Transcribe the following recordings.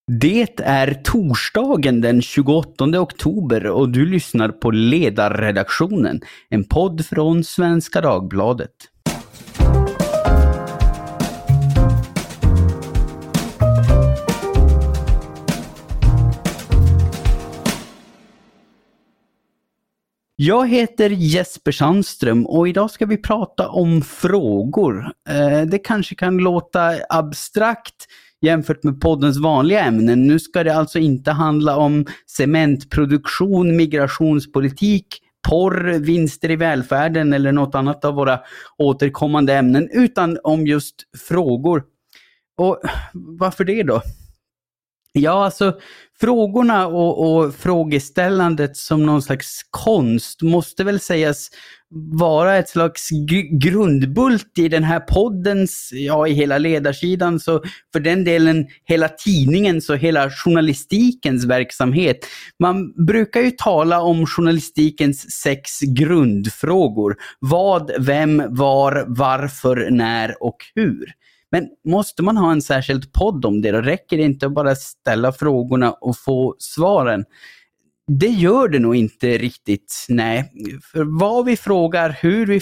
Det är torsdagen den 28 oktober och du lyssnar på Ledarredaktionen, en podd från Svenska Dagbladet. Jag heter Jesper Sandström och idag ska vi prata om frågor. Det kanske kan låta abstrakt jämfört med poddens vanliga ämnen. Nu ska det alltså inte handla om cementproduktion, migrationspolitik, porr, vinster i välfärden eller något annat av våra återkommande ämnen, utan om just frågor. Och varför det då? Ja, alltså frågorna och frågeställandet som någon slags konst måste väl sägas vara ett slags grundbult i den här poddens, ja, i hela ledarsidan, så för den delen hela tidningens och hela journalistikens verksamhet. Man brukar ju tala om journalistikens 6 grundfrågor. Vad, vem, var, varför, när och hur. Men måste man ha en särskild podd om det? Då räcker det inte att bara ställa frågorna och få svaren. Det gör det nog inte riktigt, nej. För vad vi frågar,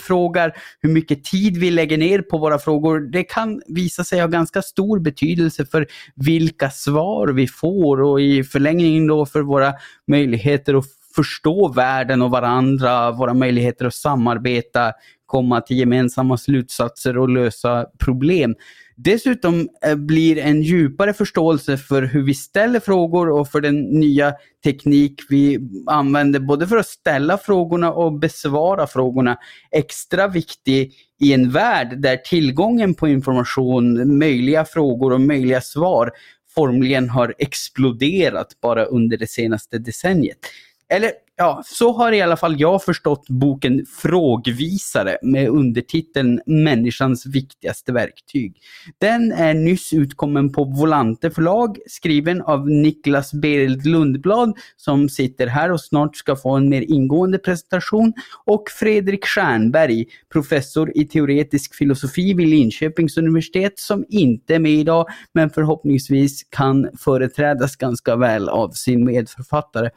hur mycket tid vi lägger ner på våra frågor, det kan visa sig ha ganska stor betydelse för vilka svar vi får och i förlängningen då för våra möjligheter att förstå världen och varandra, våra möjligheter att samarbeta, komma till gemensamma slutsatser och lösa problem. Dessutom blir en djupare förståelse för hur vi ställer frågor och för den nya teknik vi använder både för att ställa frågorna och besvara frågorna extra viktig i en värld där tillgången på information, möjliga frågor och möjliga svar formligen har exploderat bara under det senaste decenniet. Eller ja, så har i alla fall jag förstått boken Frågvisare med undertiteln Människans viktigaste verktyg. Den är nyss utkommen på Volante förlag, skriven av Niklas Bered Lundblad som sitter här och snart ska få en mer ingående presentation, och Fredrik Stjernberg, professor i teoretisk filosofi vid Linköpings universitet, som inte är med idag men förhoppningsvis kan företrädas ganska väl av sin medförfattare.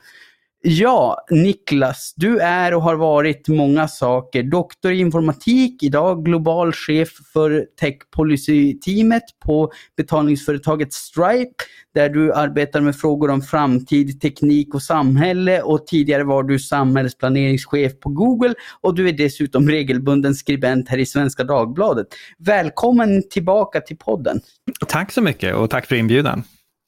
Ja, Niklas, du är och har varit många saker. Doktor i informatik, idag global chef för Tech Policy-teamet på betalningsföretaget Stripe, där du arbetar med frågor om framtid, teknik och samhälle, och tidigare var du samhällsplaneringschef på Google, och du är dessutom regelbunden skribent här i Svenska Dagbladet. Välkommen tillbaka till podden. Tack så mycket och tack för inbjudan.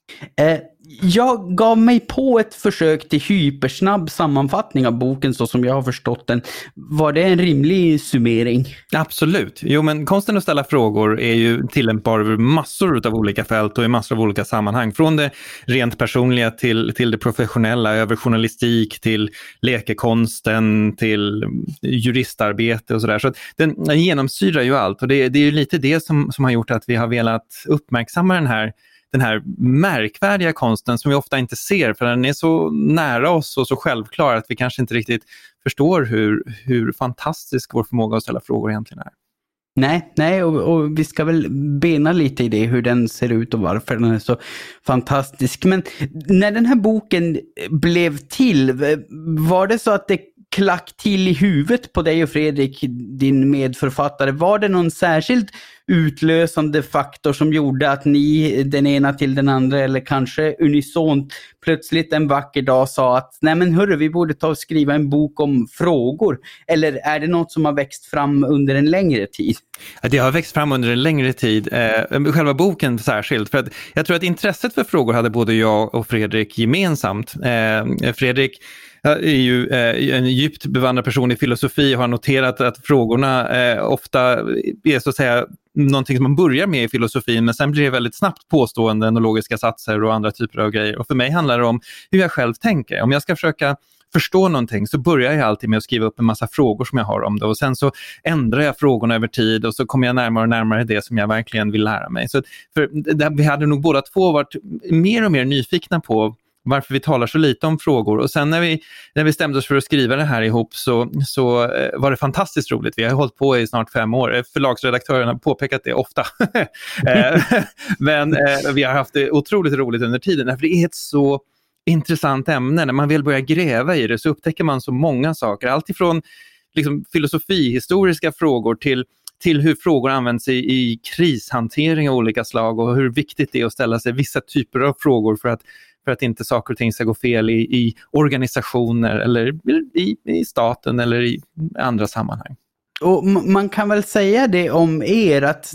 Jag gav mig på ett försök till hypersnabb sammanfattning av boken så som jag har förstått den. Var det en rimlig summering? Absolut. Jo, men konsten att ställa frågor är ju tillämpbar över massor av olika fält och i massor av olika sammanhang. Från det rent personliga till det professionella, över journalistik till läkekonsten till juristarbete och sådär. Så att den genomsyrar ju allt, och det är ju lite det som har gjort att vi har velat uppmärksamma den här märkvärdiga konsten som vi ofta inte ser, för den är så nära oss och så självklar att vi kanske inte riktigt förstår hur fantastisk vår förmåga att ställa frågor egentligen är. Nej, och vi ska väl bena lite i det, hur den ser ut och varför den är så fantastisk. Men när den här boken blev till, var det så att det klack till i huvudet på dig och Fredrik, din medförfattare? Var det någon särskild utlösande faktor som gjorde att ni, den ena till den andra, eller kanske unisont, plötsligt en vacker dag sa att nej men hörru, vi borde ta och skriva en bok om frågor? Eller är det något som har växt fram under en längre tid? Det har växt fram under en längre tid, själva boken särskilt, för att jag tror att intresset för frågor hade både jag och Fredrik gemensamt. Fredrik är ju en djupt bevandrad person i filosofi och har noterat att frågorna ofta är så att säga någonting som man börjar med i filosofin, men sen blir det väldigt snabbt påståenden och logiska satser och andra typer av grejer. Och för mig handlar det om hur jag själv tänker. Om jag ska försöka förstå någonting så börjar jag alltid med att skriva upp en massa frågor som jag har om det, och sen så ändrar jag frågorna över tid och så kommer jag närmare och närmare det som jag verkligen vill lära mig. Så vi hade nog båda två varit mer och mer nyfikna på varför vi talar så lite om frågor. Och sen när vi bestämde oss för att skriva det här ihop så var det fantastiskt roligt. Vi har hållit på i snart 5 år. Förlagsredaktören har påpekat det ofta. Men vi har haft det otroligt roligt under tiden. För det är ett så intressant ämne. När man vill börja gräva i det så upptäcker man så många saker. Allt ifrån liksom filosofihistoriska frågor till hur frågor används i krishantering av olika slag och hur viktigt det är att ställa sig vissa typer av frågor för att inte saker och ting ska gå fel i organisationer eller i staten eller i andra sammanhang. Och man kan väl säga det om er att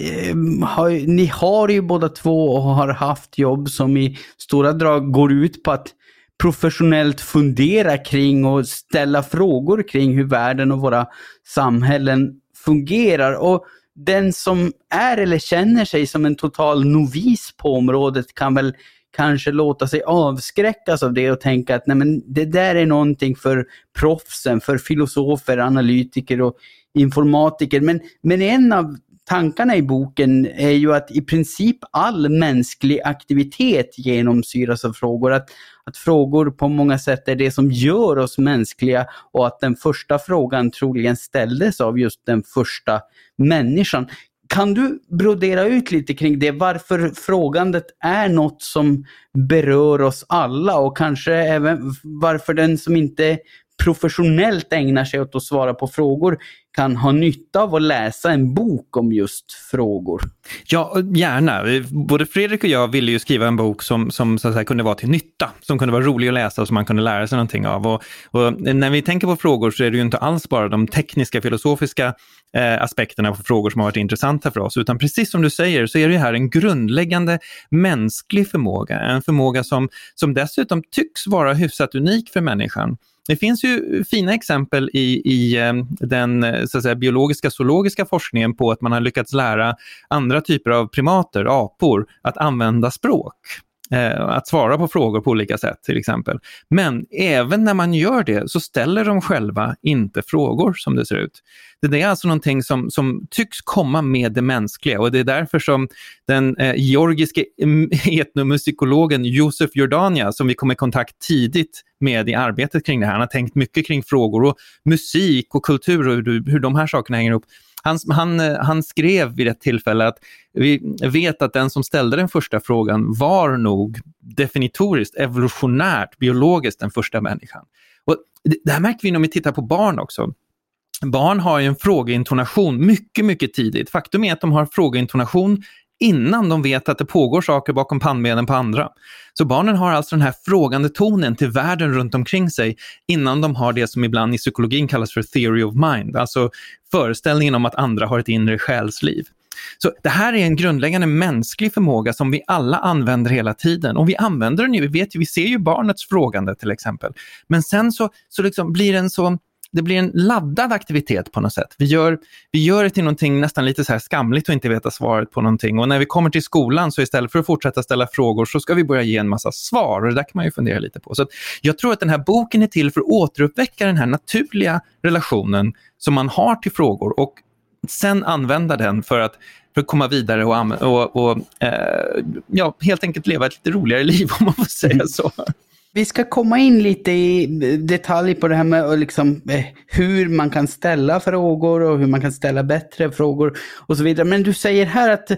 ni har ju båda två och har haft jobb som i stora drag går ut på att professionellt fundera kring och ställa frågor kring hur världen och våra samhällen fungerar. Och den som är eller känner sig som en total novis på området kan väl kanske låta sig avskräckas av det och tänka att nej, men det där är någonting för proffsen, för filosofer, analytiker och informatiker. Men en av tankarna i boken är ju att i princip all mänsklig aktivitet genomsyras av frågor. Att frågor på många sätt är det som gör oss mänskliga och att den första frågan troligen ställdes av just den första människan. Kan du brodera ut lite kring det? Varför frågandet är något som berör oss alla och kanske även varför den som inte professionellt ägnar sig åt att svara på frågor kan ha nytta av att läsa en bok om just frågor? Ja, gärna. Både Fredrik och jag ville ju skriva en bok som så att säga kunde vara till nytta, som kunde vara rolig att läsa och som man kunde lära sig någonting av. Och när vi tänker på frågor så är det ju inte alls bara de tekniska, filosofiska aspekterna på frågor som har varit intressanta för oss, utan precis som du säger så är det här en grundläggande mänsklig förmåga, en förmåga som dessutom tycks vara hyfsat unik för människan. Det finns ju fina exempel i den så att säga, biologiska, zoologiska forskningen på att man har lyckats lära andra typer av primater, apor, att använda språk. Att svara på frågor på olika sätt till exempel. Men även när man gör det så ställer de själva inte frågor som det ser ut. Det är alltså någonting som tycks komma med det mänskliga och det är därför som den georgiske etnomusikologen Josef Jordania som vi kom i kontakt tidigt med i arbetet kring det här. Han har tänkt mycket kring frågor och musik och kultur och hur de här sakerna hänger ihop. Han skrev vid ett tillfälle att vi vet att den som ställde den första frågan var nog definitoriskt, evolutionärt, biologiskt den första människan. Och det här märker vi när vi tittar på barn också. Barn har ju en frågeintonation mycket, mycket tidigt. Faktum är att de har frågeintonation innan de vet att det pågår saker bakom pannbenen på andra. Så barnen har alltså den här frågande tonen till världen runt omkring sig innan de har det som ibland i psykologin kallas för theory of mind, alltså föreställningen om att andra har ett inre själsliv. Så det här är en grundläggande mänsklig förmåga som vi alla använder hela tiden. Och vi använder den ju, vi ser ju barnets frågande till exempel. Men sen så liksom det blir en laddad aktivitet på något sätt. Vi gör det till någonting nästan lite så här skamligt och inte veta svaret på någonting. Och när vi kommer till skolan så istället för att fortsätta ställa frågor så ska vi börja ge en massa svar. Och det där kan man ju fundera lite på. Så jag tror att den här boken är till för att återuppväcka den här naturliga relationen som man har till frågor. Och sen använda den för att komma vidare och helt enkelt leva ett lite roligare liv om man får säga så. Vi ska komma in lite i detalj på det här med liksom, hur man kan ställa frågor och hur man kan ställa bättre frågor och så vidare. Men du säger här att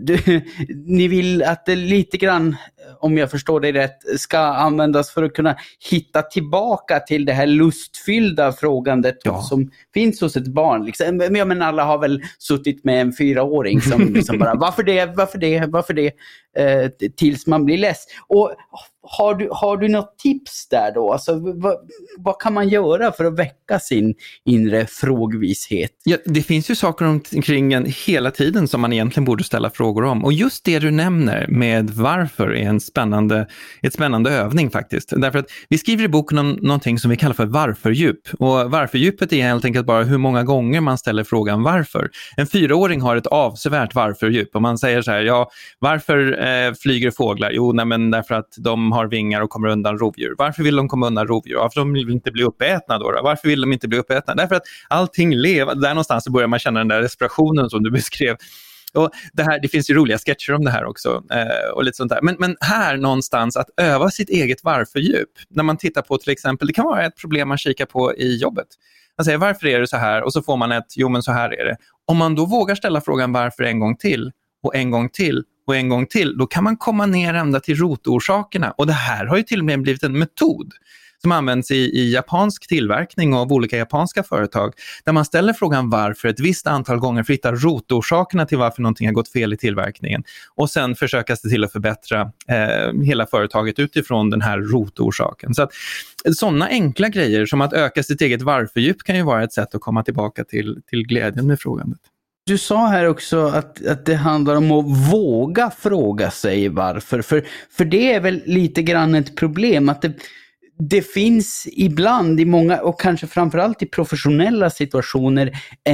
ni vill att det lite grann, om jag förstår det rätt, ska användas för att kunna hitta tillbaka till det här lustfyllda frågandet som finns hos ett barn. Liksom. Men alla har väl suttit med en 4-åring som bara varför det? Tills man blir less. Och har du något tips där då? Alltså, vad kan man göra för att väcka sin inre frågvishet? Ja, det finns ju saker omkring en hela tiden som man egentligen borde ställa frågor om. Och just det du nämner med varför är ett spännande övning faktiskt. Därför att vi skriver i boken om någonting som vi kallar för varför-djup. Och varför-djupet är helt enkelt bara hur många gånger man ställer frågan varför. En 4-åring har ett avsevärt varför-djup. Och man säger så här, varför flyger fåglar? Jo, men därför att de har vingar och kommer undan rovdjur. Varför vill de komma undan rovdjur? Varför de vill inte bli uppätna då? Varför vill de inte bli uppätna? Därför att allting lever. Där någonstans så börjar man känna den där respirationen som du beskrev. Och det finns ju roliga sketcher om det här också och lite sånt där. Men här någonstans att öva sitt eget varfördjup. När man tittar på till exempel, det kan vara ett problem man kikar på i jobbet. Man säger varför är det så här och så får man jo men så här är det. Om man då vågar ställa frågan varför en gång till och en gång till och en gång till, då kan man komma ner ända till rotorsakerna. Och det här har ju till och med blivit en metod som används i japansk tillverkning av olika japanska företag, där man ställer frågan varför ett visst antal gånger för att hitta rotorsakerna till varför någonting har gått fel i tillverkningen och sen försöka se till att förbättra hela företaget utifrån den här rotorsaken. Så att sådana enkla grejer som att öka sitt eget varfördjup kan ju vara ett sätt att komma tillbaka till glädjen med frågandet. Du sa här också att det handlar om att våga fråga sig varför. För det är väl lite grann ett problem att det finns ibland i många och kanske framförallt i professionella situationer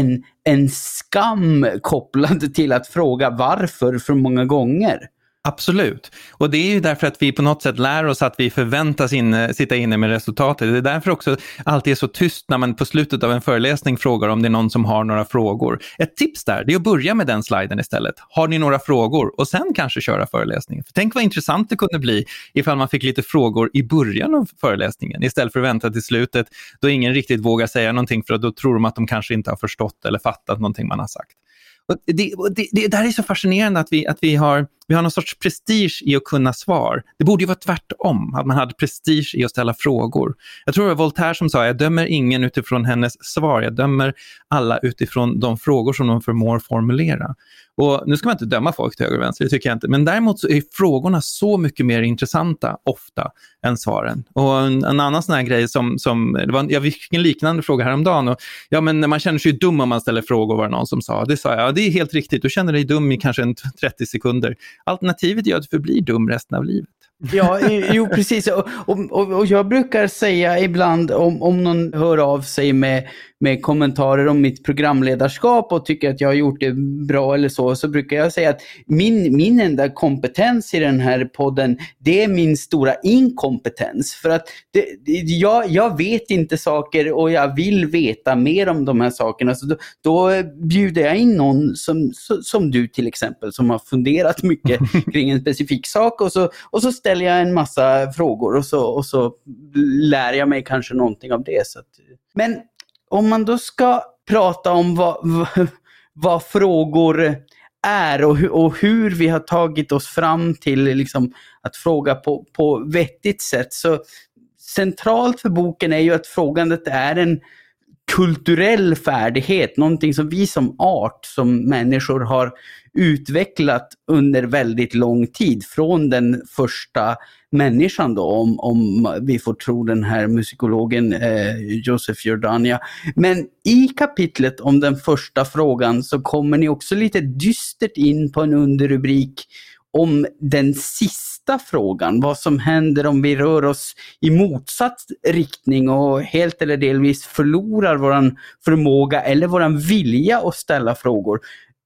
en skam kopplad till att fråga varför för många gånger. Absolut. Och det är ju därför att vi på något sätt lär oss att vi förväntas sitta inne med resultatet. Det är därför också alltid är så tyst när man på slutet av en föreläsning frågar om det är någon som har några frågor. Ett tips där, det är att börja med den sliden istället. Har ni några frågor? Och sen kanske köra föreläsningen. För tänk vad intressant det kunde bli ifall man fick lite frågor i början av föreläsningen istället för att vänta till slutet då ingen riktigt vågar säga någonting för att då tror de att de kanske inte har förstått eller fattat någonting man har sagt. Och det där är så fascinerande att vi har någon sorts prestige i att kunna svar. Det borde ju vara tvärtom, att man hade prestige i att ställa frågor. Jag tror det var Voltaire som sa, jag dömer ingen utifrån hennes svar, jag dömer alla utifrån de frågor som de förmår formulera. Och nu ska man inte döma folk till höger och vänster, det tycker jag inte. Men däremot så är frågorna så mycket mer intressanta ofta än svaren. Och en annan sån här grej jag fick en liknande fråga häromdagen. Och, men man känner sig ju dum om man ställer frågor, var det någon som sa. Det sa jag, det är helt riktigt. Du känner dig dum i kanske 30 sekunder. Alternativet är att du förblir dum resten av livet. Ja, jo precis. Och jag brukar säga ibland om någon hör av sig med kommentarer om mitt programledarskap och tycker att jag har gjort det bra eller så brukar jag säga att min enda kompetens i den här podden, det är min stora inkompetens. För att jag vet inte saker och jag vill veta mer om de här sakerna. Så då bjuder jag in någon som du till exempel, som har funderat mycket kring en specifik sak och så ställer jag en massa frågor och så lär jag mig kanske någonting av det. Men om man då ska prata om vad frågor är och hur vi har tagit oss fram till liksom att fråga på vettigt sätt, så centralt för boken är ju att frågandet är en kulturell färdighet, någonting som vi som art, som människor har utvecklat under väldigt lång tid, från den första människan då, om vi får tro den här musikologen Joseph Giordania. Men i kapitlet om den första frågan så kommer ni också lite dystert in på en underrubrik om den sista frågan, vad som händer om vi rör oss i motsatt riktning och helt eller delvis förlorar våran förmåga eller våran vilja att ställa frågor.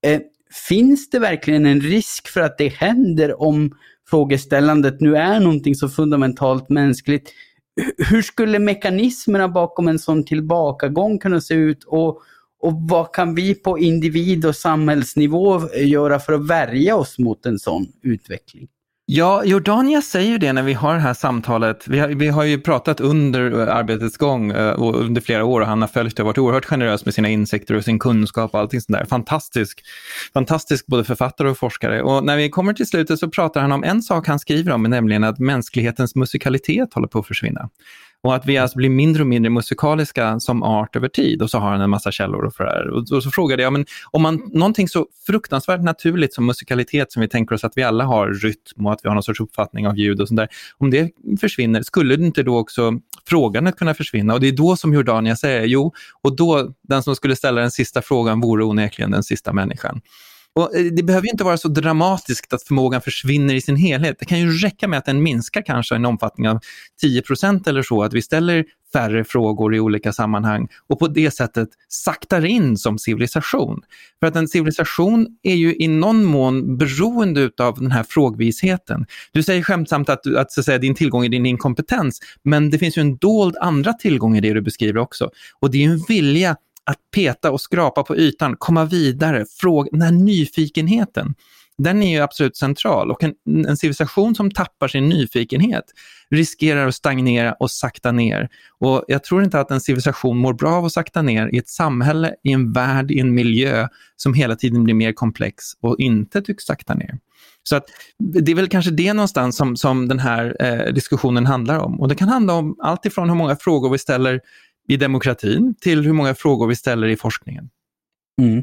Finns det verkligen en risk för att det händer om frågeställandet nu är någonting så fundamentalt mänskligt? Hur skulle mekanismerna bakom en sån tillbakagång kunna se ut och vad kan vi på individ- och samhällsnivå göra för att värja oss mot en sån utveckling? Ja, Giordania säger ju det när vi har det här samtalet. Vi har ju pratat under arbetets gång och under flera år, och han har följt och varit oerhört generös med sina insikter och sin kunskap och allting sånt där. Fantastisk både författare och forskare. Och när vi kommer till slutet så pratar han om en sak han skriver om, nämligen att mänsklighetens musikalitet håller på att försvinna. Och att vi alltså blir mindre och mindre musikaliska som art över tid. Och så har han en massa källor och för det här. Och så frågade jag, men om man någonting så fruktansvärt naturligt som musikalitet, som vi tänker oss att vi alla har rytm och att vi har någon sorts uppfattning av ljud och sånt där. Om det försvinner, skulle det inte då också frågandet kunna försvinna? Och det är då som Giordania säger, och då den som skulle ställa den sista frågan vore onekligen den sista människan. Och det behöver ju inte vara så dramatiskt att förmågan försvinner i sin helhet. Det kan ju räcka med att den minskar kanske en omfattning av 10% eller så. Att vi ställer färre frågor i olika sammanhang och på det sättet saktar in som civilisation. För att en civilisation är ju i någon mån beroende av den här frågvisheten. Du säger skämtsamt att så att säga, din tillgång är din inkompetens, men det finns ju en dold andra tillgång i det du beskriver också. Och det är ju en vilja att peta och skrapa på ytan, komma vidare, den här nyfikenheten. Den är ju absolut central, och en civilisation som tappar sin nyfikenhet riskerar att stagnera och sakta ner. Och jag tror inte att en civilisation mår bra av att sakta ner i ett samhälle, i en värld, i en miljö som hela tiden blir mer komplex och inte tycks sakta ner. Så att det är väl kanske det någonstans som den här diskussionen handlar om. Och det kan handla om allt ifrån hur många frågor vi ställer i demokratin till hur många frågor vi ställer i forskningen. Mm.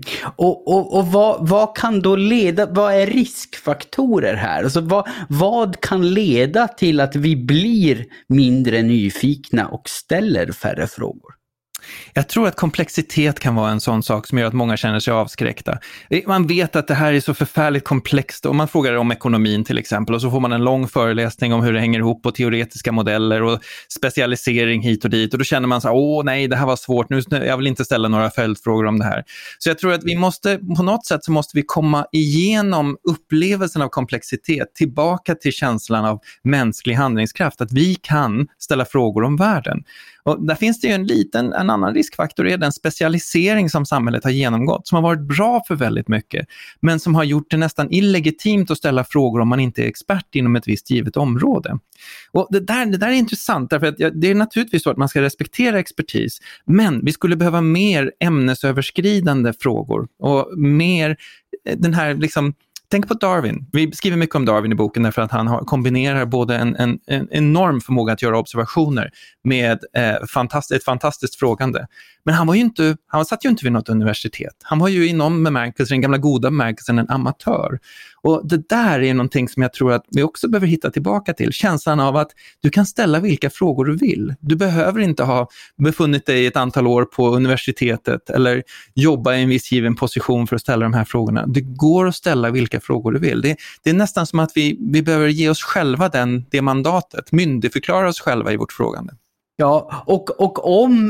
Och vad kan då vad är riskfaktorer här? Alltså vad kan leda till att vi blir mindre nyfikna och ställer färre frågor? Jag tror att komplexitet kan vara en sån sak som gör att många känner sig avskräckta. Man vet att det här är så förfärligt komplext, och man frågar om ekonomin till exempel, och så får man en lång föreläsning om hur det hänger ihop och teoretiska modeller och specialisering hit och dit, och då känner man så här, nej, det här var svårt, jag vill inte ställa några följdfrågor om det här. Så jag tror att vi måste, på något sätt så måste vi komma igenom upplevelsen av komplexitet tillbaka till känslan av mänsklig handlingskraft, att vi kan ställa frågor om världen. Och där finns det ju en annan riskfaktor, är den specialisering som samhället har genomgått, som har varit bra för väldigt mycket, men som har gjort det nästan illegitimt att ställa frågor om man inte är expert inom ett visst givet område. Och det där är intressant, därför att det är naturligtvis så att man ska respektera expertis, men vi skulle behöva mer ämnesöverskridande frågor och mer den här liksom. Tänk på Darwin. Vi skriver mycket om Darwin i boken därför att han kombinerar både en enorm förmåga att göra observationer med ett fantastiskt frågande. Men han satt ju inte vid något universitet. Han var ju inom den gamla goda bemärkelsen en amatör. Och det där är någonting som jag tror att vi också behöver hitta tillbaka till. Känslan av att du kan ställa vilka frågor du vill. Du behöver inte ha befunnit dig ett antal år på universitetet eller jobba i en viss given position för att ställa de här frågorna. Det går att ställa vilka frågor du vill. Det är nästan som att vi behöver ge oss själva det mandatet. Myndigförklara oss själva i vårt frågande. Ja, och om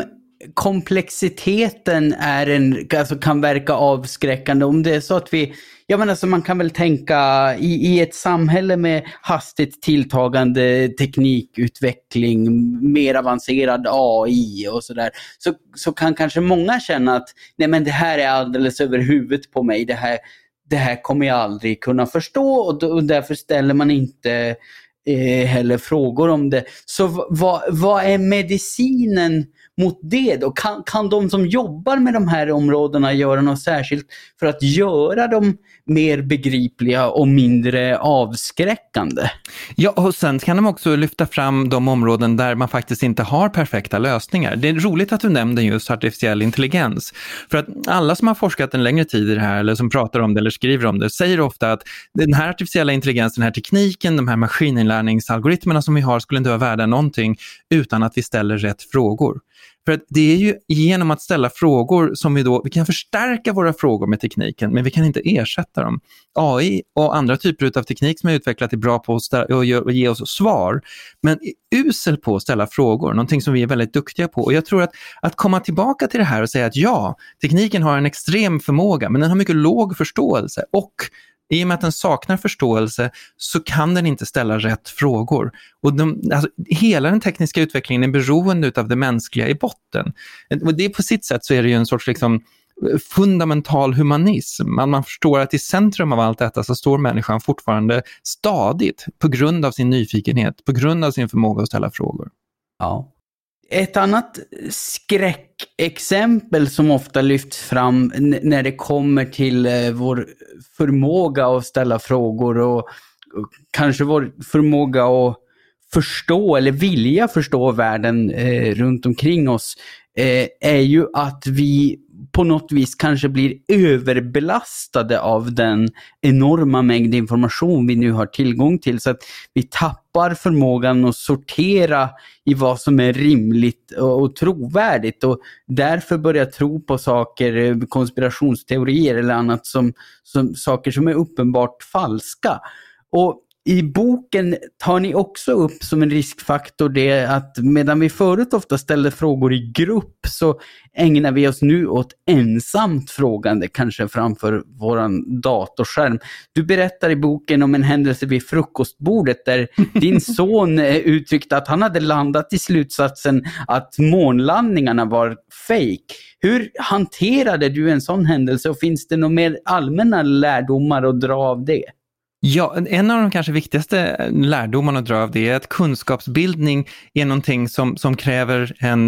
komplexiteten kan verka avskräckande, om det är så att man kan väl tänka i ett samhälle med hastigt tilltagande teknikutveckling, mer avancerad AI och sådär, så kan kanske många känna att nej, men det här är alldeles över huvudet på mig, det här kommer jag aldrig kunna förstå, och därför ställer man inte heller frågor om det. Så vad är medicinen mot det då? Kan de som jobbar med de här områdena göra något särskilt för att göra dem mer begripliga och mindre avskräckande? Ja, och sen kan de också lyfta fram de områden där man faktiskt inte har perfekta lösningar. Det är roligt att du nämnde just artificiell intelligens. För att alla som har forskat en längre tid i det här, eller som pratar om det eller skriver om det, säger ofta att den här artificiella intelligensen, den här tekniken, de här maskininlärningsalgoritmerna som vi har skulle inte vara värda någonting utan att vi ställer rätt frågor. För att det är ju genom att ställa frågor som vi kan förstärka våra frågor med tekniken, men vi kan inte ersätta dem. AI och andra typer av teknik som är utvecklat är bra på att ge oss svar, men är usel på att ställa frågor, någonting som vi är väldigt duktiga på. Och jag tror att komma tillbaka till det här och säga att ja, tekniken har en extrem förmåga, men den har mycket låg förståelse, och i och med att den saknar förståelse så kan den inte ställa rätt frågor. Och hela den tekniska utvecklingen är beroende av det mänskliga i botten. Och det på sitt sätt så är det ju en sorts fundamental humanism. Man förstår att i centrum av allt detta så står människan fortfarande stadigt på grund av sin nyfikenhet, på grund av sin förmåga att ställa frågor. Ja. Ett annat skräckexempel som ofta lyfts fram när det kommer till vår förmåga att ställa frågor och kanske vår förmåga att förstå eller vilja förstå världen runt omkring oss är ju att vi på något vis kanske blir överbelastade av den enorma mängd information vi nu har tillgång till, så att vi tappar förmågan att sortera i vad som är rimligt och trovärdigt, och därför börjar tro på saker, konspirationsteorier eller annat som saker som är uppenbart falska. Och I boken tar ni också upp som en riskfaktor det att medan vi förut ofta ställde frågor i grupp så ägnar vi oss nu åt ensamt frågande, kanske framför våran datorskärm. Du berättar i boken om en händelse vid frukostbordet där din son uttryckte att han hade landat i slutsatsen att månlandningarna var fake. Hur hanterade du en sån händelse och finns det några mer allmänna lärdomar att dra av det? Ja, en av de kanske viktigaste lärdomarna att dra av det är att kunskapsbildning är någonting som kräver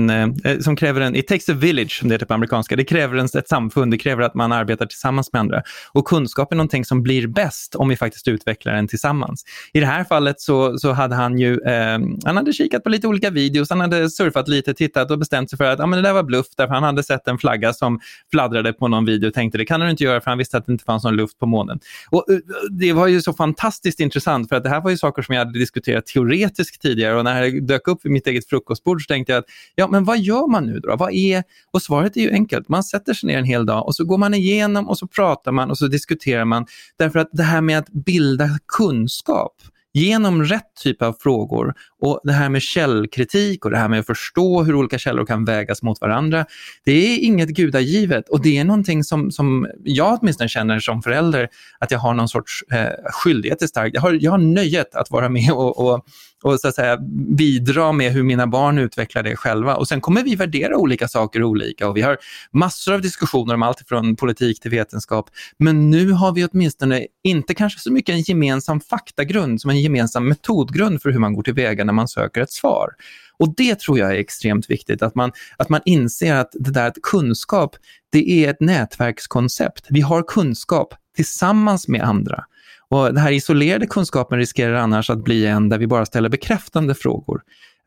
en it takes a village, som det heter på amerikanska. Det kräver ett samfund, det kräver att man arbetar tillsammans med andra. Och kunskap är någonting som blir bäst om vi faktiskt utvecklar den tillsammans. I det här fallet så hade han ju, han hade kikat på lite olika videos, han hade surfat lite, tittat och bestämt sig för att det där var bluff, därför han hade sett en flagga som fladdrade på någon video och tänkte det kan du inte göra för han visste att det inte fanns någon luft på månen. Och det var ju så fantastiskt intressant för att det här var ju saker som jag hade diskuterat teoretiskt tidigare och när det dök upp vid mitt eget frukostbord så tänkte jag att men vad gör man nu då? Och svaret är ju enkelt. Man sätter sig ner en hel dag och så går man igenom och så pratar man och så diskuterar man därför att det här med att bilda kunskap genom rätt typ av frågor och det här med källkritik och det här med att förstå hur olika källor kan vägas mot varandra, det är inget gudagivet och det är någonting som jag åtminstone känner som förälder att jag har någon sorts skyldighet till starkt. Jag har nöjet att vara med och så att säga bidra med hur mina barn utvecklar det själva. Och sen kommer vi värdera olika saker olika och vi har massor av diskussioner om allt från politik till vetenskap. Men nu har vi åtminstone inte kanske så mycket en gemensam faktagrund som en gemensam metodgrund för hur man går tillväga när man söker ett svar. Och det tror jag är extremt viktigt, att man inser att det där att kunskap, det är ett nätverkskoncept. Vi har kunskap tillsammans med andra. Och den här isolerade kunskapen riskerar annars att bli en där vi bara ställer bekräftande frågor.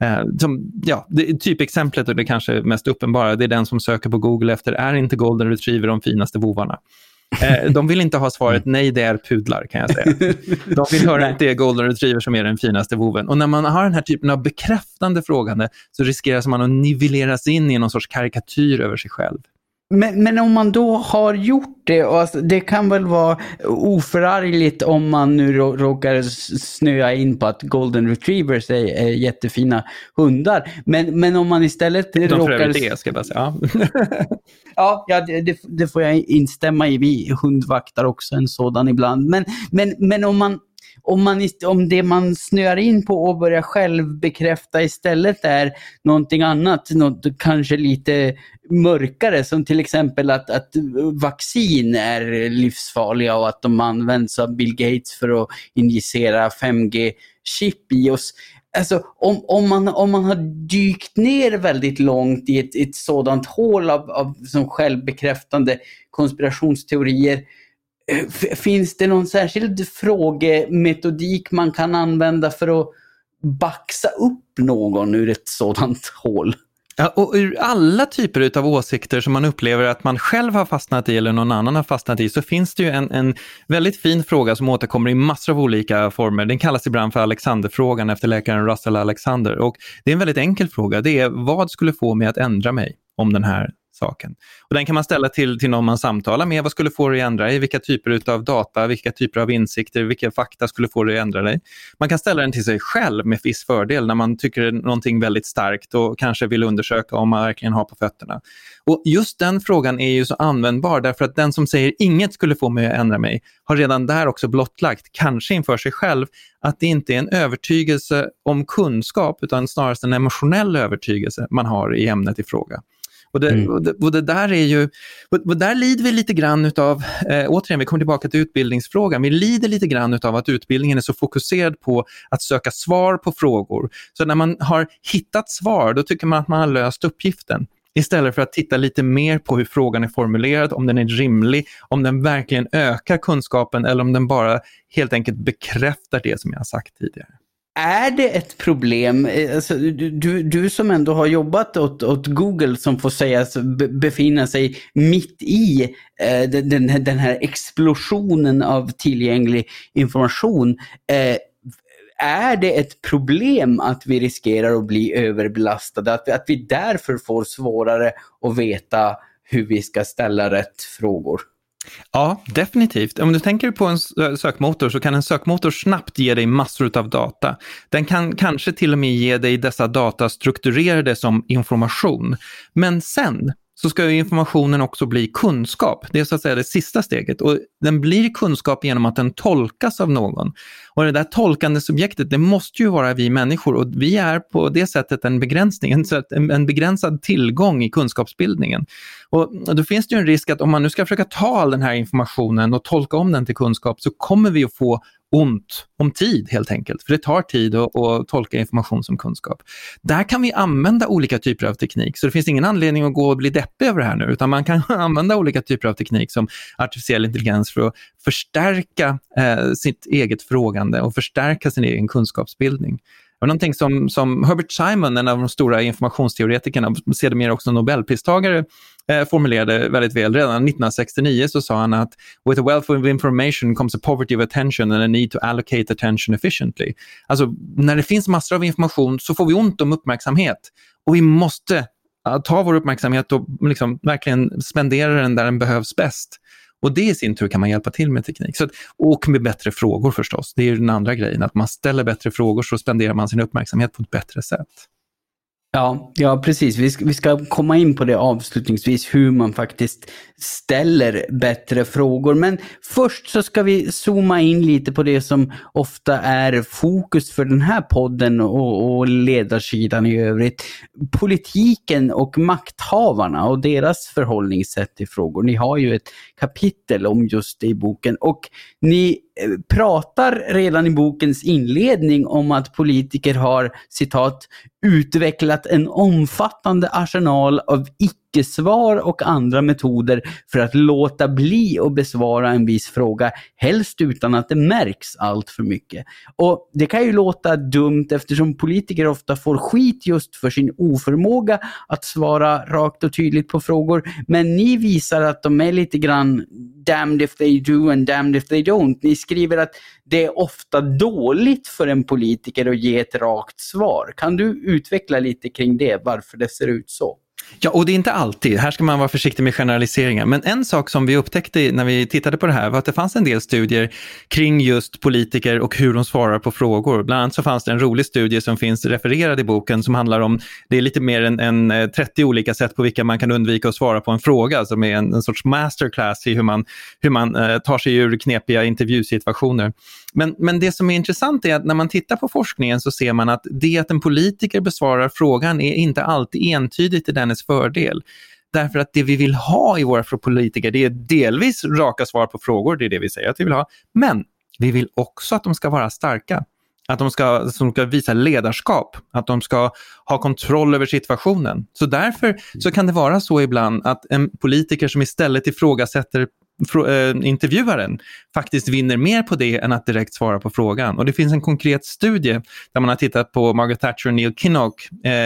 Det typexemplet och det kanske mest uppenbara, det är den som söker på Google efter är inte golden retriever de finaste vovarna. De vill inte ha svaret nej det är pudlar kan jag säga. De vill höra att det är golden retriever som är den finaste voven. Och när man har den här typen av bekräftande frågande så riskerar man att nivelleras in i någon sorts karikatyr över sig själv. Men om man då har gjort det, och alltså, det kan väl vara oförargligt om man nu råkar snöa in på att golden retrievers är jättefina hundar. Men om man istället råkar... det ska jag bara säga. Ja, det får jag instämma i. Vi hundvaktar också en sådan ibland. Men om det man snöar in på och börjar själv bekräfta istället är någonting annat, något kanske lite mörkare, som till exempel att vaccin är livsfarliga och att de används av Bill Gates för att injicera 5G-chip i oss. Alltså om man har dykt ner väldigt långt i ett sådant hål av som självbekräftande konspirationsteorier, finns det någon särskild frågemetodik man kan använda för att baxa upp någon ur ett sådant hål? Ja, och ur alla typer av åsikter som man upplever att man själv har fastnat i eller någon annan har fastnat i, så finns det ju en väldigt fin fråga som återkommer i massor av olika former. Den kallas ibland för Alexanderfrågan efter läkaren Russell Alexander. Och det är en väldigt enkel fråga. Det är: vad skulle få mig att ändra mig om den här saken? Och den kan man ställa till någon man samtalar med. Vad skulle få dig att ändra dig? Vilka typer av data, vilka typer av insikter, vilka fakta skulle få dig att ändra dig? Man kan ställa den till sig själv med viss fördel när man tycker någonting väldigt starkt och kanske vill undersöka om man verkligen har på fötterna. Och just den frågan är ju så användbar därför att den som säger inget skulle få mig att ändra mig har redan där också blottlagt, kanske inför sig själv, att det inte är en övertygelse om kunskap utan snarast en emotionell övertygelse man har i ämnet i fråga. Och det där är ju, och där lider vi lite grann utav, återigen vi kommer tillbaka till utbildningsfrågan, vi lider lite grann utav att utbildningen är så fokuserad på att söka svar på frågor. Så när man har hittat svar, då tycker man att man har löst uppgiften. Istället för att titta lite mer på hur frågan är formulerad, om den är rimlig, om den verkligen ökar kunskapen eller om den bara helt enkelt bekräftar det som jag har sagt tidigare. Är det ett problem, alltså, du som ändå har jobbat åt Google, som får sägas befinna sig mitt i den här explosionen av tillgänglig information, är det ett problem att vi riskerar att bli överbelastade, att vi därför får svårare att veta hur vi ska ställa rätt frågor? Ja, definitivt. Om du tänker på en sökmotor så kan en sökmotor snabbt ge dig massor av data. Den kan kanske till och med ge dig dessa data strukturerade som information. Men sen så ska ju informationen också bli kunskap. Det är så att säga det sista steget. Och den blir kunskap genom att den tolkas av någon. Och det där tolkande subjektet, det måste ju vara vi människor. Och vi är på det sättet en begränsning, en begränsad tillgång i kunskapsbildningen. Och då finns det ju en risk att om man nu ska försöka ta all den här informationen och tolka om den till kunskap, så kommer vi att få ont om tid helt enkelt. För det tar tid att tolka information som kunskap. Där kan vi använda olika typer av teknik. Så det finns ingen anledning att gå och bli deppig över det här nu. Utan man kan använda olika typer av teknik som artificiell intelligens för att förstärka sitt eget frågande och förstärka sin egen kunskapsbildning. Det var någonting som Herbert Simon, en av de stora informationsteoretikerna, sedermera också Nobelpristagare, formulerade väldigt väl. Redan 1969 så sa han att with a wealth of information comes a poverty of attention and a need to allocate attention efficiently. Alltså när det finns massor av information så får vi ont om uppmärksamhet och vi måste ta vår uppmärksamhet och liksom verkligen spendera den där den behövs bäst. Och det i sin tur kan man hjälpa till med teknik. Och med bättre frågor förstås. Det är ju den andra grejen. Att man ställer bättre frågor så spenderar man sin uppmärksamhet på ett bättre sätt. Ja, precis. Vi ska komma in på det avslutningsvis, hur man faktiskt ställer bättre frågor. Men först så ska vi zooma in lite på det som ofta är fokus för den här podden och ledarsidan i övrigt. Politiken och makthavarna och deras förhållningssätt till frågor. Ni har ju ett kapitel om just det i boken, och ni pratar redan i bokens inledning om att politiker har, citat, utvecklat en omfattande arsenal av icke-svar och andra metoder för att låta bli att besvara en viss fråga, helst utan att det märks allt för mycket. Och det kan ju låta dumt eftersom politiker ofta får skit just för sin oförmåga att svara rakt och tydligt på frågor, men ni visar att de är lite grann damned if they do and damned if they don't. Ni skriver att det är ofta dåligt för en politiker att ge ett rakt svar. Kan du utveckla lite kring det, varför det ser ut så? Ja, och det är inte alltid. Här ska man vara försiktig med generaliseringar. Men en sak som vi upptäckte när vi tittade på det här var att det fanns en del studier kring just politiker och hur de svarar på frågor. Bland annat så fanns det en rolig studie som finns refererad i boken som handlar om, det är lite mer än 30 olika sätt på vilka man kan undvika att svara på en fråga, som är en sorts masterclass i hur man tar sig ur knepiga intervjusituationer. Men det som är intressant är att när man tittar på forskningen så ser man att det att en politiker besvarar frågan är inte alltid entydigt till dennes fördel. Därför att det vi vill ha i våra politiker, det är delvis raka svar på frågor, det är det vi säger att vi vill ha. Men vi vill också att de ska vara starka. Att de ska visa ledarskap, att de ska ha kontroll över situationen. Så därför så kan det vara så ibland att en politiker som istället ifrågasätter intervjuaren faktiskt vinner mer på det än att direkt svara på frågan. Och det finns en konkret studie där man har tittat på Margaret Thatcher och Neil Kinnock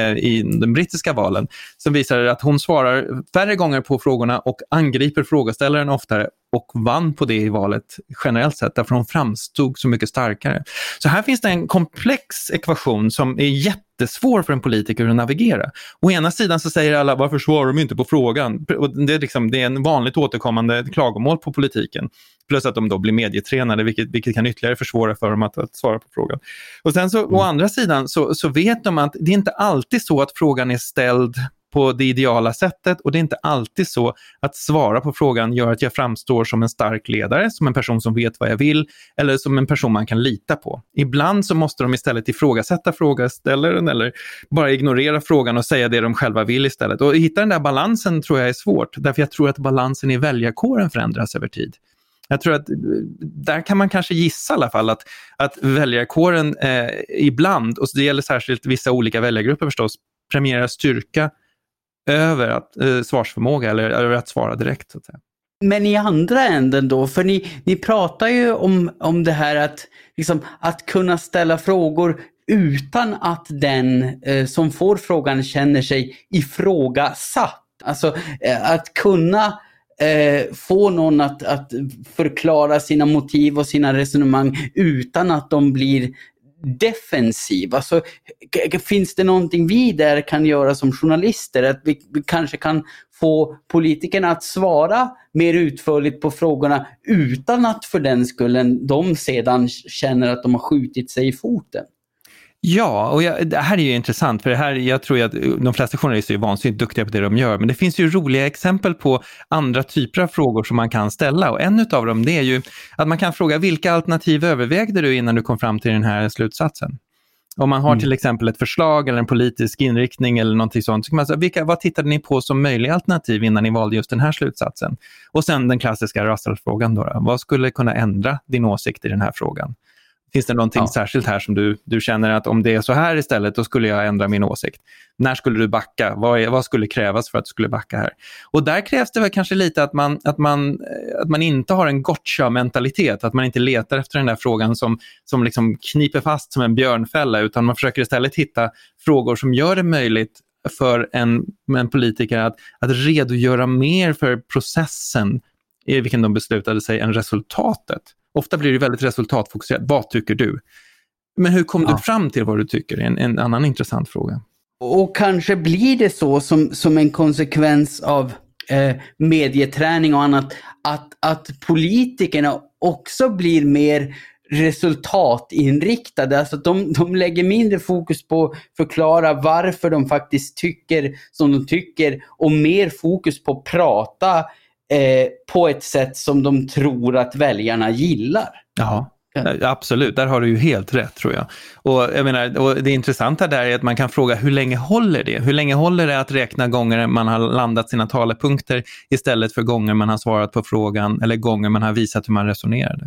i den brittiska valen som visar att hon svarar färre gånger på frågorna och angriper frågeställaren oftare och vann på det i valet generellt sett därför hon framstod så mycket starkare. Så här finns det en komplex ekvation som är jättesvår för en politiker att navigera. Å ena sidan så säger alla, varför svarar de inte på frågan? Och det är en vanligt återkommande klagomål på politiken. Plus att de då blir medietränade, vilket kan ytterligare försvåra för dem att svara på frågan. Och sen så å andra sidan så vet de att det är inte alltid så att frågan är ställd på det ideala sättet, och det är inte alltid så att svara på frågan gör att jag framstår som en stark ledare, som en person som vet vad jag vill eller som en person man kan lita på. Ibland så måste de istället ifrågasätta frågeställaren eller bara ignorera frågan och säga det de själva vill istället. Och hitta den där balansen tror jag är svårt, därför jag tror att balansen i väljarkåren förändras över tid. Jag tror att där kan man kanske gissa i alla fall att väljarkåren ibland, och det gäller särskilt vissa olika väljargrupper förstås, premierar styrka över svarsförmåga eller över att svara direkt så att säga. Men i andra änden då, för ni pratar ju om det här att kunna ställa frågor utan att den som får frågan känner sig ifrågasatt. Alltså att kunna få någon att förklara sina motiv och sina resonemang utan att de blir defensiv? Alltså, finns det någonting vi där kan göra som journalister? Att vi kanske kan få politikerna att svara mer utförligt på frågorna utan att för den skullen de sedan känner att de har skjutit sig i foten? Ja, och det här är ju intressant, för det här, jag tror att de flesta journalister är vansinnigt duktiga på det de gör, men det finns ju roliga exempel på andra typer av frågor som man kan ställa, och en av dem, det är ju att man kan fråga: vilka alternativ övervägde du innan du kom fram till den här slutsatsen? Om man har till exempel ett förslag eller en politisk inriktning eller någonting sånt, så kan man säga: vad tittade ni på som möjliga alternativ innan ni valde just den här slutsatsen? Och sen den klassiska Russell-frågan då, vad skulle kunna ändra din åsikt i den här frågan? Finns det någonting särskilt här som du känner att om det är så här istället, då skulle jag ändra min åsikt? När skulle du backa? Vad skulle krävas för att du skulle backa här? Och där krävs det väl kanske lite att man inte har en gotcha-mentalitet, att man inte letar efter den där frågan som liksom kniper fast som en björnfälla, utan man försöker istället hitta frågor som gör det möjligt för en politiker att redogöra mer för processen i vilken de beslutade sig än resultatet. Ofta blir det väldigt resultatfokuserat. Vad tycker du? Men hur kom du fram till vad du tycker? En annan intressant fråga. Och kanske blir det så som en konsekvens av medieträning och annat, att politikerna också blir mer resultatinriktade. Alltså de lägger mindre fokus på att förklara varför de faktiskt tycker som de tycker, och mer fokus på att prata på ett sätt som de tror att väljarna gillar. Ja, absolut. Där har du ju helt rätt, tror jag. Och jag menar, och det intressanta där är att man kan fråga: hur länge håller det? Hur länge håller det att räkna gånger man har landat sina talepunkter istället för gånger man har svarat på frågan eller gånger man har visat hur man resonerade?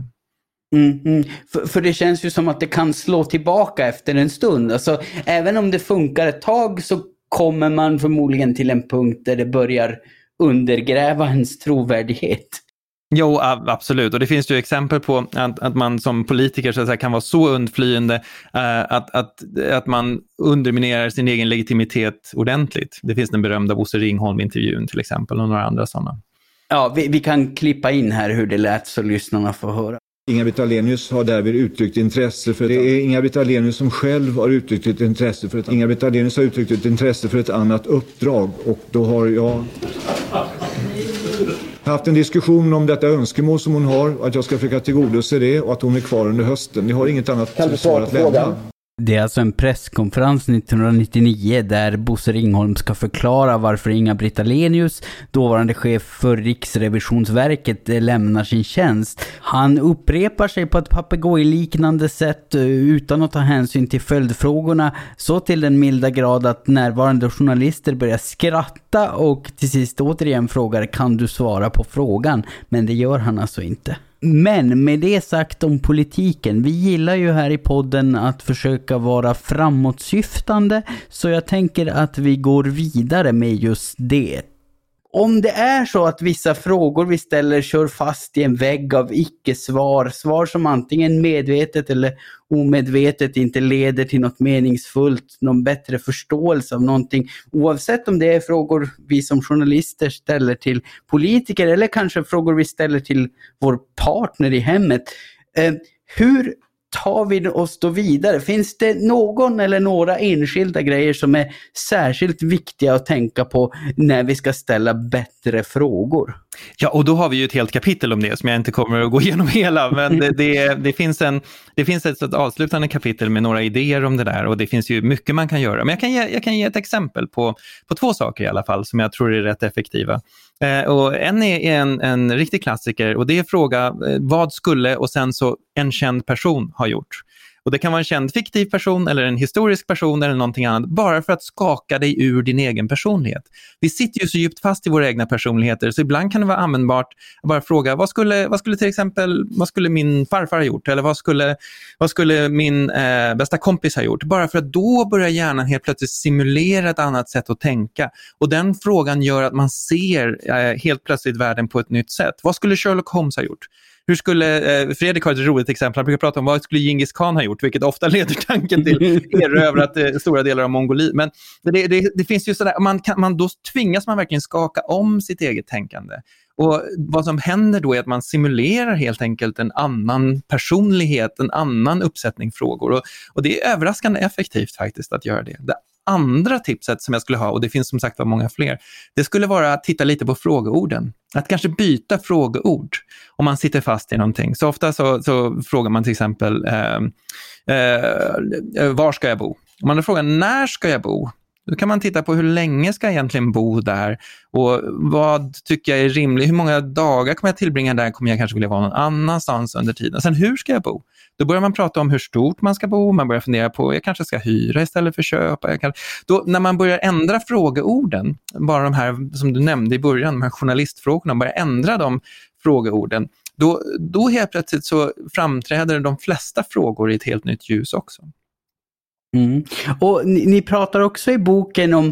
För det känns ju som att det kan slå tillbaka efter en stund. Alltså, även om det funkar ett tag så kommer man förmodligen till en punkt där det börjar undergräva ens trovärdighet. Jo, absolut. Och det finns ju exempel på att man som politiker så att säga, kan vara så undflyende att man underminerar sin egen legitimitet ordentligt. Det finns den berömda Bosse Ringholm-intervjun till exempel, och några andra sådana. Ja, vi kan klippa in här hur det lät så lyssnarna får höra. Inga-Britt Ahlenius har därvid uttryckt intresse för det. Är Inga-Britt Ahlenius som själv har uttryckt ett intresse för Inga-Britt Ahlenius har uttryckt ett intresse för ett annat uppdrag, och då har jag haft en diskussion om detta önskemål som hon har, att jag ska försöka tillgodose det och att hon är kvar under hösten. Jag har inget annat svar att lämna. Det är alltså en presskonferens 1999 där Bosse Ringholm ska förklara varför Inga-Britt Ahlenius, dåvarande chef för Riksrevisionsverket, lämnar sin tjänst. Han upprepar sig på ett papegojliknande sätt utan att ta hänsyn till följdfrågorna, så till den milda grad att närvarande journalister börjar skratta och till sist återigen frågar: kan du svara på frågan? Men det gör han alltså inte. Men med det sagt om politiken, vi gillar ju här i podden att försöka vara framåtsyftande, så jag tänker att vi går vidare med just det. Om det är så att vissa frågor vi ställer kör fast i en vägg av icke-svar, svar som antingen medvetet eller omedvetet inte leder till något meningsfullt, någon bättre förståelse av någonting, oavsett om det är frågor vi som journalister ställer till politiker eller kanske frågor vi ställer till vår partner i hemmet. Hur tar vi oss då vidare? Finns det någon eller några enskilda grejer som är särskilt viktiga att tänka på när vi ska ställa bättre frågor? Ja, och då har vi ju ett helt kapitel om det som jag inte kommer att gå igenom hela, men det finns ett avslutande kapitel med några idéer om det där, och det finns ju mycket man kan göra. Men jag kan ge ett exempel på två saker i alla fall som jag tror är rätt effektiva. Och en är en riktig klassiker, och det är fråga: vad skulle och sen så en känd person ha gjort? Och det kan vara en känd fiktiv person eller en historisk person eller någonting annat, bara för att skaka dig ur din egen personlighet. Vi sitter ju så djupt fast i våra egna personligheter, så ibland kan det vara användbart att bara fråga: vad skulle till exempel, vad skulle min farfar ha gjort? Eller vad skulle min bästa kompis ha gjort? Bara för att då börjar hjärnan helt plötsligt simulera ett annat sätt att tänka. Och den frågan gör att man ser helt plötsligt världen på ett nytt sätt. Vad skulle Sherlock Holmes ha gjort? Hur skulle, Fredrik har ett roligt exempel, han brukar prata om vad skulle Genghis Khan ha gjort, vilket ofta leder tanken till erövrat stora delar av Mongoliet. Men det finns ju sådär, då tvingas man verkligen skaka om sitt eget tänkande. Och vad som händer då är att man simulerar helt enkelt en annan personlighet, en annan uppsättning frågor. Och det är överraskande effektivt faktiskt att göra det. Det andra tipset som jag skulle ha, och det finns som sagt var många fler, det skulle vara att titta lite på frågeorden. Att kanske byta frågeord om man sitter fast i någonting. Så ofta så frågar man till exempel var ska jag bo? Om man frågar när ska jag bo? Då kan man titta på hur länge ska jag egentligen bo där och vad tycker jag är rimligt, hur många dagar kommer jag tillbringa där, kommer jag kanske vilja vara någon annanstans under tiden. Sen hur ska jag bo? Då börjar man prata om hur stort man ska bo, man börjar fundera på jag kanske ska hyra istället för köpa. Då, när man börjar ändra frågeorden, bara de här som du nämnde i början, de här journalistfrågorna, börjar ändra de frågeorden, då helt plötsligt så framträder de flesta frågor i ett helt nytt ljus också. Mm. Och ni pratar också i boken om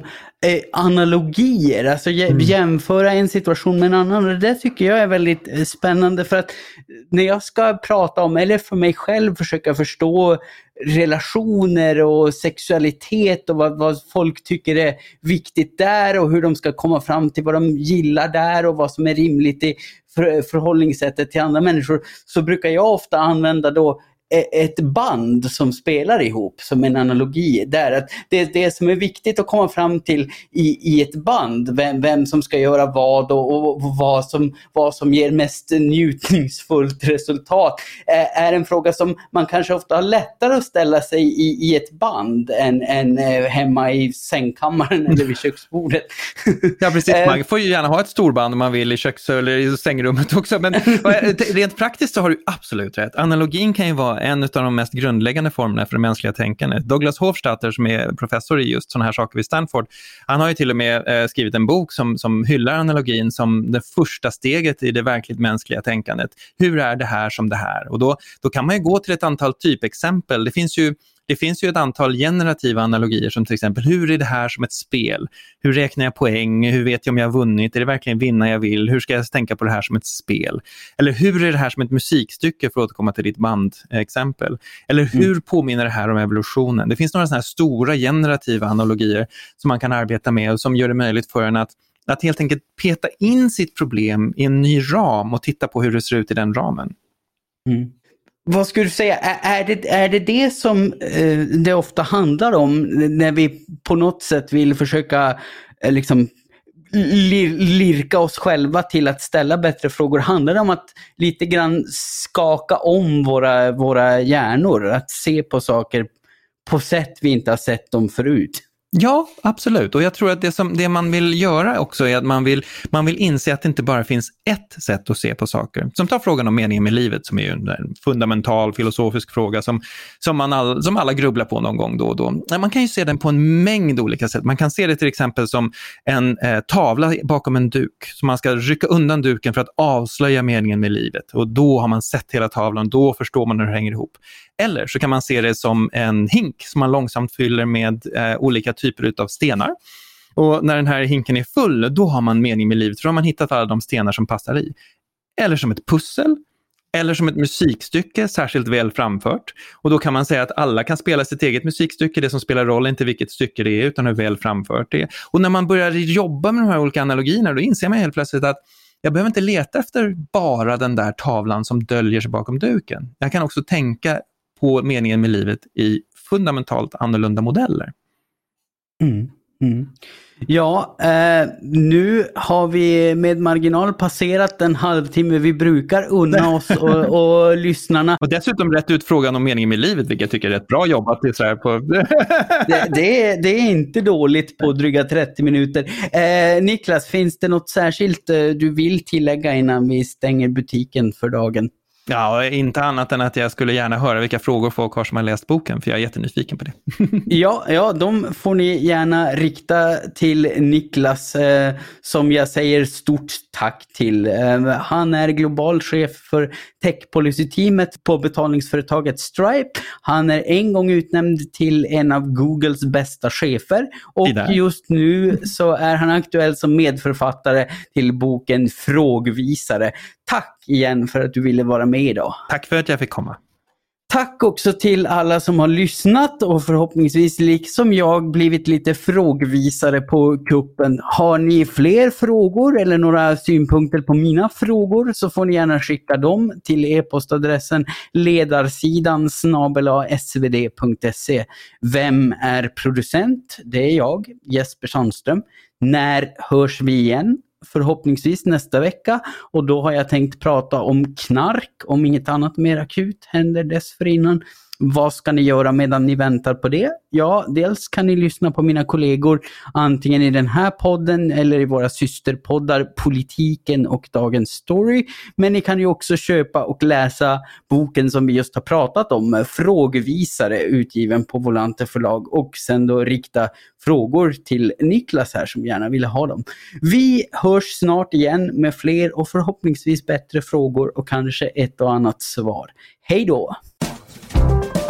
analogier, alltså jämföra en situation med en annan, och det tycker jag är väldigt spännande, för att när jag ska prata om, eller för mig själv försöka förstå relationer och sexualitet och vad folk tycker är viktigt där och hur de ska komma fram till vad de gillar där och vad som är rimligt i förhållningssättet till andra människor, så brukar jag ofta använda då ett band som spelar ihop som en analogi där, att det som är viktigt att komma fram till i ett band, vem som ska göra vad och vad som ger mest njutningsfullt resultat, är en fråga som man kanske ofta har lättare att ställa sig i ett band än hemma i sängkammaren eller vid köksbordet. Ja, precis. Man får ju gärna ha ett storband om man vill i eller i sängrummet också, men rent praktiskt så har du absolut rätt. Analogin kan ju vara en av de mest grundläggande formerna för det mänskliga tänkandet. Douglas Hofstadter, som är professor i just sådana här saker vid Stanford, han har ju till och med skrivit en bok som hyllar analogin som det första steget i det verkligt mänskliga tänkandet. Hur är det här som det här? Och då kan man ju gå till ett antal typexempel. Det finns ju ett antal generativa analogier, som till exempel, hur är det här som ett spel? Hur räknar jag poäng? Hur vet jag om jag har vunnit? Är det verkligen vinna jag vill? Hur ska jag tänka på det här som ett spel? Eller hur är det här som ett musikstycke, för att återkomma till ditt bandexempel? Eller hur påminner det här om evolutionen? Det finns några sådana här stora generativa analogier som man kan arbeta med och som gör det möjligt för en att helt enkelt peta in sitt problem i en ny ram och titta på hur det ser ut i den ramen. Mm. Vad skulle du säga, är det som det ofta handlar om när vi på något sätt vill försöka liksom lirka oss själva till att ställa bättre frågor? Handlar det om att lite grann skaka om våra hjärnor, att se på saker på sätt vi inte har sett dem förut? Ja, absolut. Och jag tror att det man vill göra också är att man vill inse att det inte bara finns ett sätt att se på saker. Som tar frågan om meningen med livet, som är ju en fundamental filosofisk fråga som alla grubblar på någon gång då och då. Man kan ju se den på en mängd olika sätt. Man kan se det till exempel som en tavla bakom en duk. Så man ska rycka undan duken för att avslöja meningen med livet. Och då har man sett hela tavlan, då förstår man hur det hänger ihop. Eller så kan man se det som en hink som man långsamt fyller med olika typer av stenar. Och när den här hinken är full, då har man mening med livet. För då har man hittat alla de stenar som passar i. Eller som ett pussel. Eller som ett musikstycke, särskilt väl framfört. Och då kan man säga att alla kan spela sitt eget musikstycke. Det som spelar roll är inte vilket stycke det är, utan hur väl framfört det är. Och när man börjar jobba med de här olika analogierna, då inser man helt plötsligt att jag behöver inte leta efter bara den där tavlan som döljer sig bakom duken. Jag kan också tänka på meningen med livet i fundamentalt annorlunda modeller. Ja, nu har vi med marginal passerat en halvtimme vi brukar unna oss och lyssnarna. Och dessutom rätt ut frågan om meningen med livet, vilket jag tycker är ett bra jobbat. Det är inte dåligt på dryga 30 minuter. Niklas, finns det något särskilt du vill tillägga innan vi stänger butiken för dagen? Ja, inte annat än att jag skulle gärna höra vilka frågor folk har som har läst boken, för jag är jättenyfiken på det. Ja, de får ni gärna rikta till Niklas, som jag säger stort tack till. Han är global chef för tech-policy-teamet på betalningsföretaget Stripe. Han är en gång utnämnd till en av Googles bästa chefer, och just nu så är han aktuell som medförfattare till boken Frågvisare. Tack igen för att du ville vara med idag. Tack för att jag fick komma. Tack också till alla som har lyssnat och förhoppningsvis liksom jag blivit lite frågvisare på kuppen. Har ni fler frågor eller några synpunkter på mina frågor så får ni gärna skicka dem till e-postadressen ledarsidan@svd.se. Vem är producent? Det är jag, Jesper Sandström. När hörs vi igen? Förhoppningsvis nästa vecka, och då har jag tänkt prata om knark, om inget annat mer akut händer dessförinnan. Vad ska ni göra medan ni väntar på det? Ja, dels kan ni lyssna på mina kollegor antingen i den här podden eller i våra systerpoddar Politiken och Dagens Story. Men ni kan ju också köpa och läsa boken som vi just har pratat om, Frågevisare, utgiven på Volante förlag, och sen då rikta frågor till Niklas här som gärna ville ha dem. Vi hörs snart igen med fler och förhoppningsvis bättre frågor och kanske ett och annat svar. Hej då!